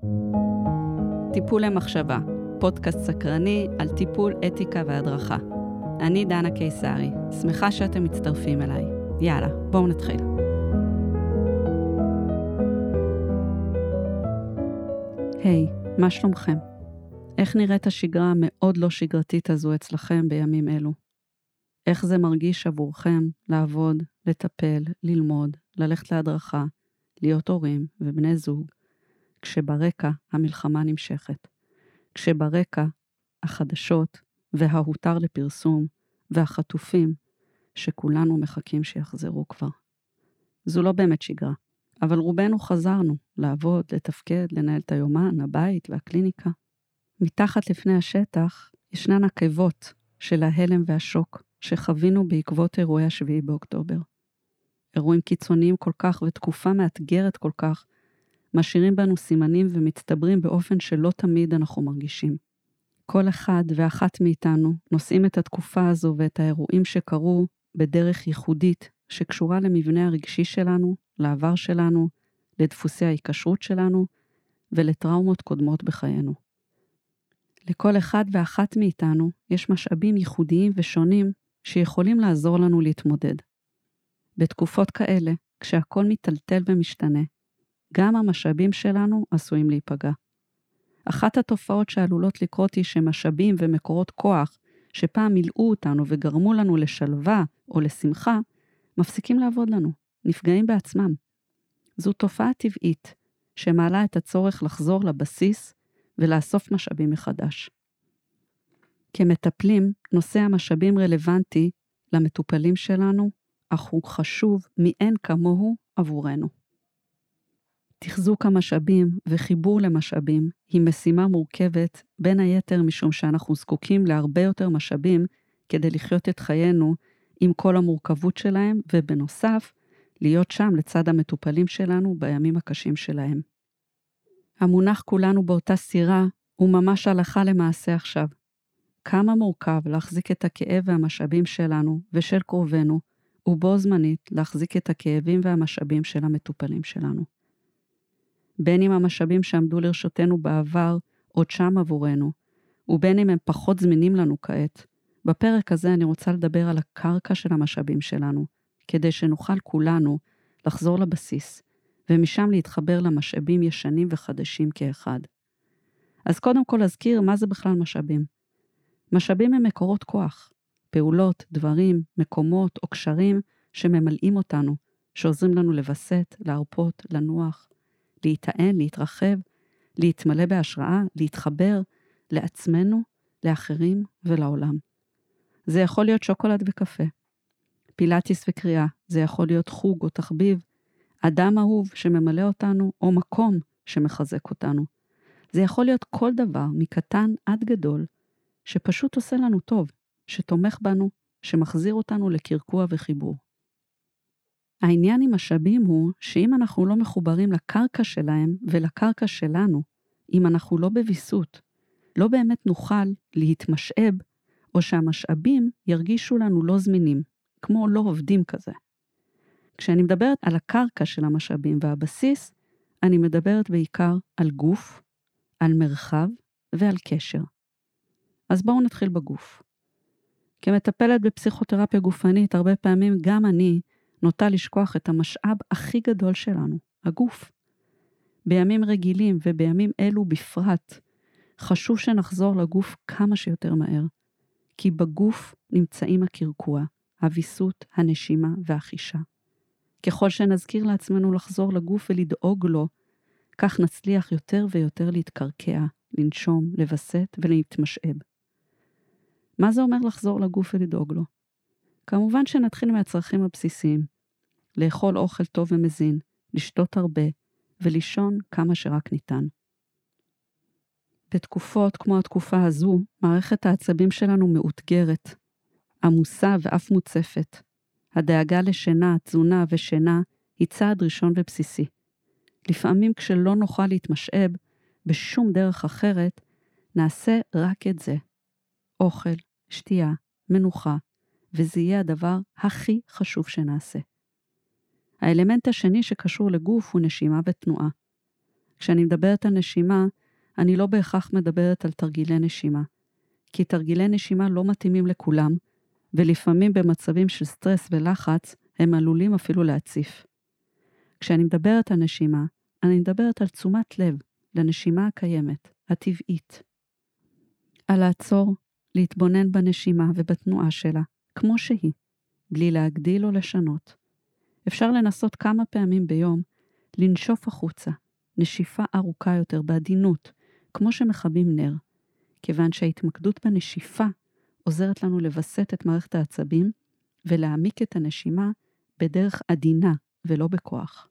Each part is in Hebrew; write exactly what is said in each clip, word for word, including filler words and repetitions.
טיפול למחשבה, פודקאסט סקרני על טיפול, אתיקה והדרכה. אני דנה קיסרי, שמחה שאתם מצטרפים אליי. יאללה, בואו נתחיל. היי, hey, מה שלומכם? איך נראית השגרה המאוד לא שגרתית הזו אצלכם בימים אלו? איך זה מרגיש עבורכם לעבוד, לטפל, ללמוד, ללכת להדרכה, להיות הורים ובני זוג, כשברקע המלחמה נמשכת, כשברקע החדשות וההותר לפרסום והחטופים שכולנו מחכים שיחזרו כבר. זו לא באמת שגרה, אבל רובנו חזרנו לעבוד, לתפקד, לנהל את היומן, הבית והקליניקה. מתחת לפני השטח ישנן עקבות של ההלם והשוק שחווינו בעקבות אירועי השביעי באוקטובר. אירועים קיצוניים כל כך ותקופה מאתגרת כל כך, משאירים בנו סימנים ומצטברים באופן שלא תמיד אנחנו מרגישים. כל אחד ואחת מאיתנו נושאים את התקופה הזו ואת האירועים שקרו בדרך ייחודית שקשורה למבנה הרגשי שלנו, לעבר שלנו, לדפוסי ההיקשרות שלנו ולטראומות קודמות בחיינו. לכל אחד ואחת מאיתנו יש משאבים ייחודיים ושונים שיכולים לעזור לנו להתמודד. בתקופות כאלה, כשהכל מטלטל ומשתנה, גם המשאבים שלנו עשויים להיפגע. אחת התופעות שעלולות לקרות היא שמשאבים ומקורות כוח שפעם מילאו אותנו וגרמו לנו לשלווה או לשמחה, מפסיקים לעבוד לנו, נפגעים בעצמם. זו תופעה טבעית שמעלה את הצורך לחזור לבסיס ולאסוף משאבים מחדש. כמטפלים, נושא המשאבים רלוונטי למטופלים שלנו, אך הוא חשוב מאין כמוהו עבורנו. תחזוק המשאבים וחיבור למשאבים היא משימה מורכבת, בין היתר משום שאנחנו זקוקים להרבה יותר משאבים כדי לחיות את חיינו עם כל המורכבות שלהם, ובנוסף, להיות שם לצד המטופלים שלנו בימים הקשים שלהם. המונח כולנו באותה סירה הוא ממש הלכה למעשה עכשיו. כמה מורכב להחזיק את הכאב והמשאבים שלנו ושל קרובנו, ובו זמנית להחזיק את הכאבים והמשאבים של המטופלים שלנו. בין אם המשאבים שעמדו לרשותנו בעבר עוד שם עבורנו, ובין אם הם פחות זמינים לנו כעת, בפרק הזה אני רוצה לדבר על הקרקע של המשאבים שלנו, כדי שנוכל כולנו לחזור לבסיס, ומשם להתחבר למשאבים ישנים וחדשים כאחד. אז קודם כל אזכיר מה זה בכלל משאבים. משאבים הם מקורות כוח, פעולות, דברים, מקומות או קשרים שממלאים אותנו, שעוזרים לנו לבסט, להרפות, לנוח, להתען, להתרחב, להתמלא בהשראה, להתחבר לעצמנו, לאחרים ולעולם. זה יכול להיות שוקולד וקפה, פילאטיס וקריאה, זה יכול להיות חוג או תחביב, אדם אהוב שממלא אותנו או מקום שמחזק אותנו. זה יכול להיות כל דבר מקטן עד גדול שפשוט עושה לנו טוב, שתומך בנו, שמחזיר אותנו לקרקוע וחיבור. העניין עם משאבים הוא שאם אנחנו לא מחוברים לקרקע שלהם ולקרקע שלנו, אם אנחנו לא בביסות, לא באמת נוכל להתמשאב, או שהמשאבים ירגישו לנו לא זמינים, כמו לא עובדים כזה. כשאני מדברת על הקרקע של המשאבים והבסיס, אני מדברת בעיקר על גוף, על מרחב ועל קשר. אז בואו נתחיל בגוף. כמטפלת בפסיכותרפיה גופנית, הרבה פעמים גם אני נוטה לשכוח את המשאב הכי גדול שלנו, הגוף. בימים רגילים ובימים אלו בפרט, חשוב שנחזור לגוף כמה שיותר מהר, כי בגוף נמצאים הקרקוע, הוויסות, הנשימה והחישה. ככל שנזכיר לעצמנו לחזור לגוף ולדאוג לו, כך נצליח יותר ויותר להתקרקע, לנשום, לבסט ולהתמשאב. מה זה אומר לחזור לגוף ולדאוג לו? כמובן שנתחיל מהצרכים הבסיסיים, לאכול אוכל טוב ומזין, לשתות הרבה ולישון כמה שרק ניתן. בתקופות כמו התקופה הזו, מערכת העצבים שלנו מאותגרת, עמוסה ואף מוצפת. הדאגה לשינה, תזונה ושינה היא צעד ראשון ובסיסי. לפעמים כשלא נוכל להתמשאב בשום דרך אחרת, נעשה רק את זה. אוכל, שתייה, מנוחה, וזה יהיה הדבר הכי חשוב שנעשה. האלמנט השני שקשור לגוף הוא נשימה ותנועה. כשאני מדברת על נשימה, אני לא בהכרח מדברת על תרגילי נשימה, כי תרגילי נשימה לא מתאימים לכולם, ולפעמים במצבים של סטרס ולחץ, הם עלולים אפילו להציף. כשאני מדברת על נשימה, אני מדברת על תשומת לב לנשימה הקיימת, הטבעית. על לעצור, להתבונן בנשימה ובתנועה שלה, כמו שהיא, בלי להגדיל או לשנות. אפשר לנסות כמה פעמים ביום, לנשוף החוצה, נשיפה ארוכה יותר בעדינות, כמו שמכבים נר, כיוון שההתמקדות בנשיפה עוזרת לנו לבסט את מערכת העצבים ולהעמיק את הנשימה בדרך עדינה ולא בכוח.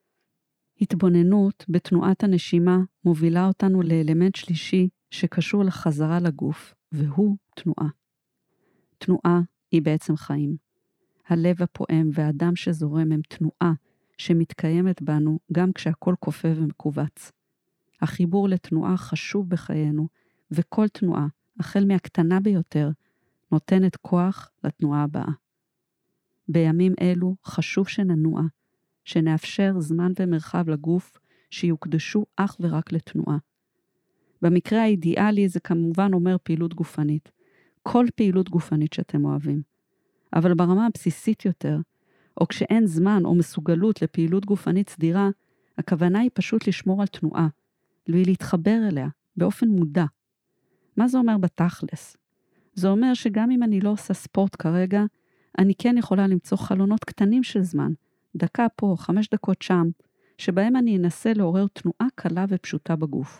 התבוננות בתנועת הנשימה מובילה אותנו לאלמנט שלישי שקשור לחזרה לגוף, והוא תנועה. תנועה היא בעצם חיים. הלב הפועם והדם שזורם הם תנועה שמתקיימת בנו גם כשהכל כופה ומקובץ. החיבור לתנועה חשוב בחיינו, וכל תנועה, החל מהקטנה ביותר, נותנת כוח לתנועה הבאה. בימים אלו חשוב שננוע, שנאפשר זמן ומרחב לגוף שיוקדשו אך ורק לתנועה. במקרה האידיאלי זה כמובן אומר פעילות גופנית, כל פעילות גופנית שאתם אוהבים. אבל ברמה הבסיסית יותר, או כשאין זמן או מסוגלות לפעילות גופנית סדירה, הכוונה היא פשוט לשמור על תנועה, ולהתחבר אליה באופן מודע. מה זה אומר בתכלס? זה אומר שגם אם אני לא עושה ספורט כרגע, אני כן יכולה למצוא חלונות קטנים של זמן, דקה פה, חמש דקות שם, שבהם אני אנסה לעורר תנועה קלה ופשוטה בגוף.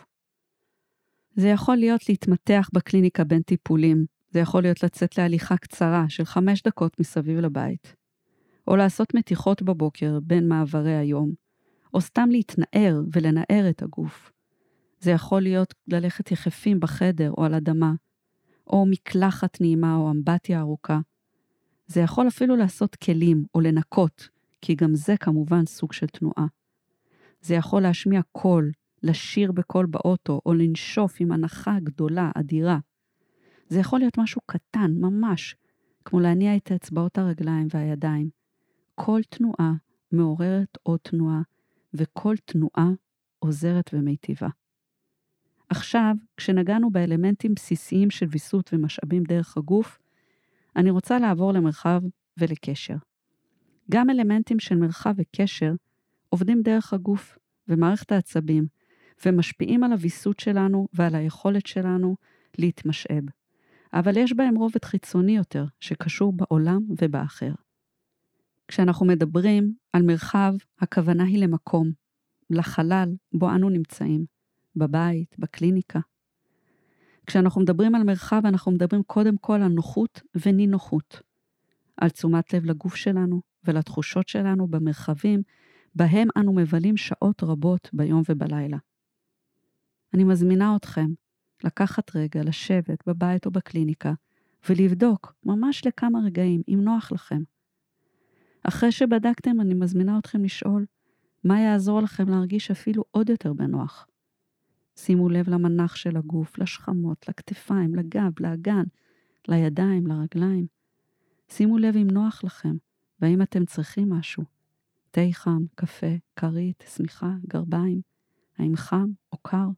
זה יכול להיות להתמתח בקליניקה בין טיפולים, זה יכול להיות לצאת להליכה קצרה של חמש דקות מסביב לבית, או לעשות מתיחות בבוקר בין מעברי היום, או סתם להתנער ולנער את הגוף. זה יכול להיות ללכת יחפים בחדר או על אדמה, או מקלחת נעימה או אמבטיה ארוכה. זה יכול אפילו לעשות כלים או לנקות, כי גם זה כמובן סוג של תנועה. זה יכול להשמיע קול, לשיר בקול באוטו, או לנשוף עם הנחה גדולה, אדירה. זה יכול להיות משהו קטן, ממש, כמו להניע את אצבעות הרגליים והידיים. כל תנועה מעוררת עוד תנועה, וכל תנועה עוזרת ומיטיבה. עכשיו, כשנגענו באלמנטים בסיסיים של ויסות ומשאבים דרך הגוף, אני רוצה לעבור למרחב ולקשר. גם אלמנטים של מרחב וקשר עובדים דרך הגוף ומערכת העצבים, ומשפיעים על הוויסות שלנו ועל היכולת שלנו להתמשאב. אבל יש בהם רובד חיצוני יותר, שקשור בעולם ובאחר. כשאנחנו מדברים על מרחב, הכוונה היא למקום, לחלל בו אנו נמצאים, בבית, בקליניקה. כשאנחנו מדברים על מרחב, אנחנו מדברים קודם כל על נוחות ונינוחות, על תשומת לב לגוף שלנו ולתחושות שלנו במרחבים, בהם אנו מבלים שעות רבות ביום ובלילה. אני מזמינה אתכם לקחת רגע, לשבת בבית או בקליניקה, ולבדוק ממש לכמה רגעים, אם נוח לכם. אחרי שבדקתם, אני מזמינה אתכם לשאול, מה יעזור לכם להרגיש אפילו עוד יותר בנוח? שימו לב למנח של הגוף, לשכמות, לכתפיים, לגב, לאגן, לידיים, לרגליים. שימו לב אם נוח לכם, והאם אתם צריכים משהו. תה חם, קפה, כרית, שמיכה, גרביים, האם חם או קר.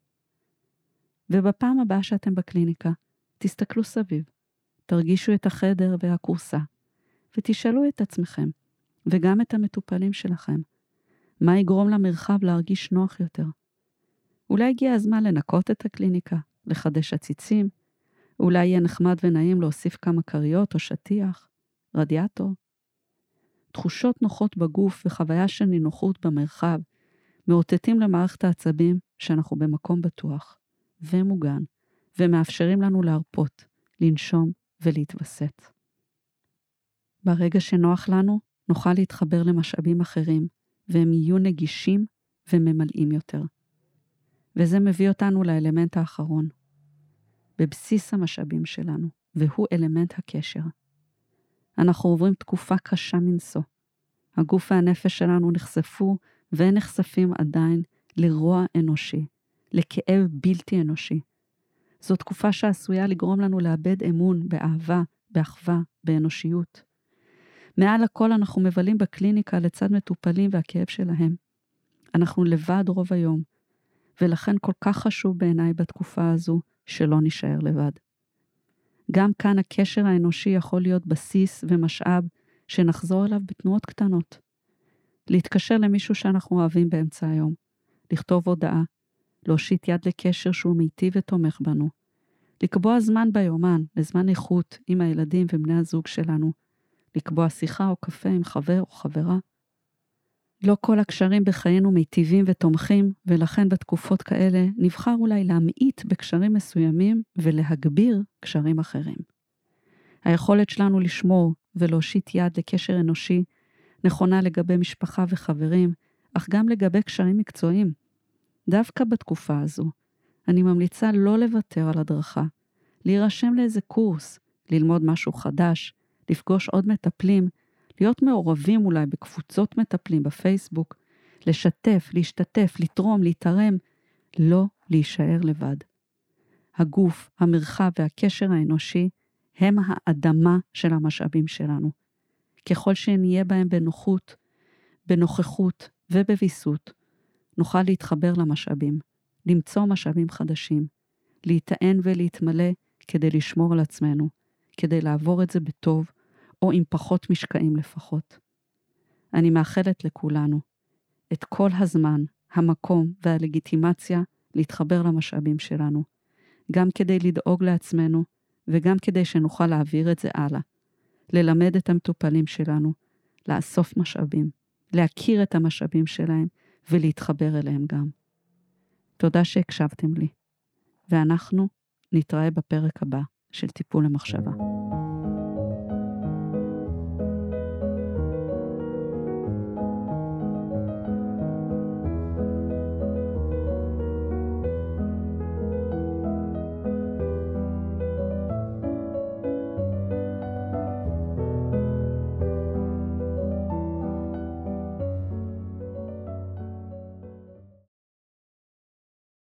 ובפעם הבאה שאתם בקליניקה, תסתכלו סביב, תרגישו את החדר והקורסה, ותשאלו את עצמכם, וגם את המטופלים שלכם, מה יגרום למרחב להרגיש נוח יותר. אולי הגיע הזמן לנקות את הקליניקה, לחדש עציצים, אולי יהיה נחמד ונעים להוסיף כמה קריות או שטיח, רדיאטור. תחושות נוחות בגוף וחוויה של נינוחות במרחב, מאותתים למערכת העצבים שאנחנו במקום בטוח ומוגן, ומאפשרים לנו להרפות, לנשום ולהתווסת. ברגע שנוח לנו, נוכל להתחבר למשאבים אחרים, והם יהיו נגישים וממלאים יותר. וזה מביא אותנו לאלמנט האחרון, בבסיס המשאבים שלנו, והוא אלמנט הקשר. אנחנו עוברים תקופה קשה מנשוא. הגוף והנפש שלנו נחשפו ונחשפים עדיין לרוע אנושי, לכאב בלתי אנושי. זו תקופה שעשויה לגרום לנו לאבד אמון באהבה, באחווה, באנושיות. מעל הכל אנחנו מבלים בקליניקה לצד מטופלים והכאב שלהם. אנחנו לבד רוב היום, ולכן כל כך חשוב בעיניי בתקופה הזו שלא נשאר לבד. גם כאן הקשר האנושי יכול להיות בסיס ומשאב שנחזור אליו בתנועות קטנות. להתקשר למישהו שאנחנו אוהבים באמצע היום, לכתוב הודעה, להושיט יד לקשר שהוא מיטיב ותומך בנו, לקבוע זמן ביומן, לזמן איכות עם הילדים ובני הזוג שלנו, לקבוע שיחה או קפה עם חבר או חברה. לא כל הקשרים בחיינו מיטיבים ותומכים, ולכן בתקופות כאלה נבחר אולי להמעיט בקשרים מסוימים ולהגביר קשרים אחרים. היכולת שלנו לשמור ולהושיט יד לקשר אנושי נכונה לגבי משפחה וחברים, אך גם לגבי קשרים מקצועיים. דווקא בתקופה הזו, אני ממליצה לא לוותר על הדרכה, להירשם לאיזה קורס, ללמוד משהו חדש, לפגוש עוד מטפלים, להיות מעורבים אולי בקבוצות מטפלים בפייסבוק, לשתף, להשתתף, לתרום, להתערם, לא להישאר לבד. הגוף, המרחב והקשר האנושי הם האדמה של המשאבים שלנו. ככל שנהיה בהם בנוחות, בנוכחות ובביסות, נוכל להתחבר למשאבים, למצוא משאבים חדשים, להיטען ולהתמלא כדי לשמור על עצמנו, כדי לעבור את זה בטוב, או עם פחות משקעים לפחות. אני מאחלת לכולנו את כל הזמן, המקום והלגיטימציה להתחבר למשאבים שלנו, גם כדי לדאוג לעצמנו, וגם כדי שנוכל להעביר את זה הלאה, ללמד את המטופלים שלנו, לאסוף משאבים, להכיר את המשאבים שלהם, ולהתחבר אליהם גם. תודה שהקשבתם לי, ואנחנו נתראה בפרק הבא של טיפול למחשבה.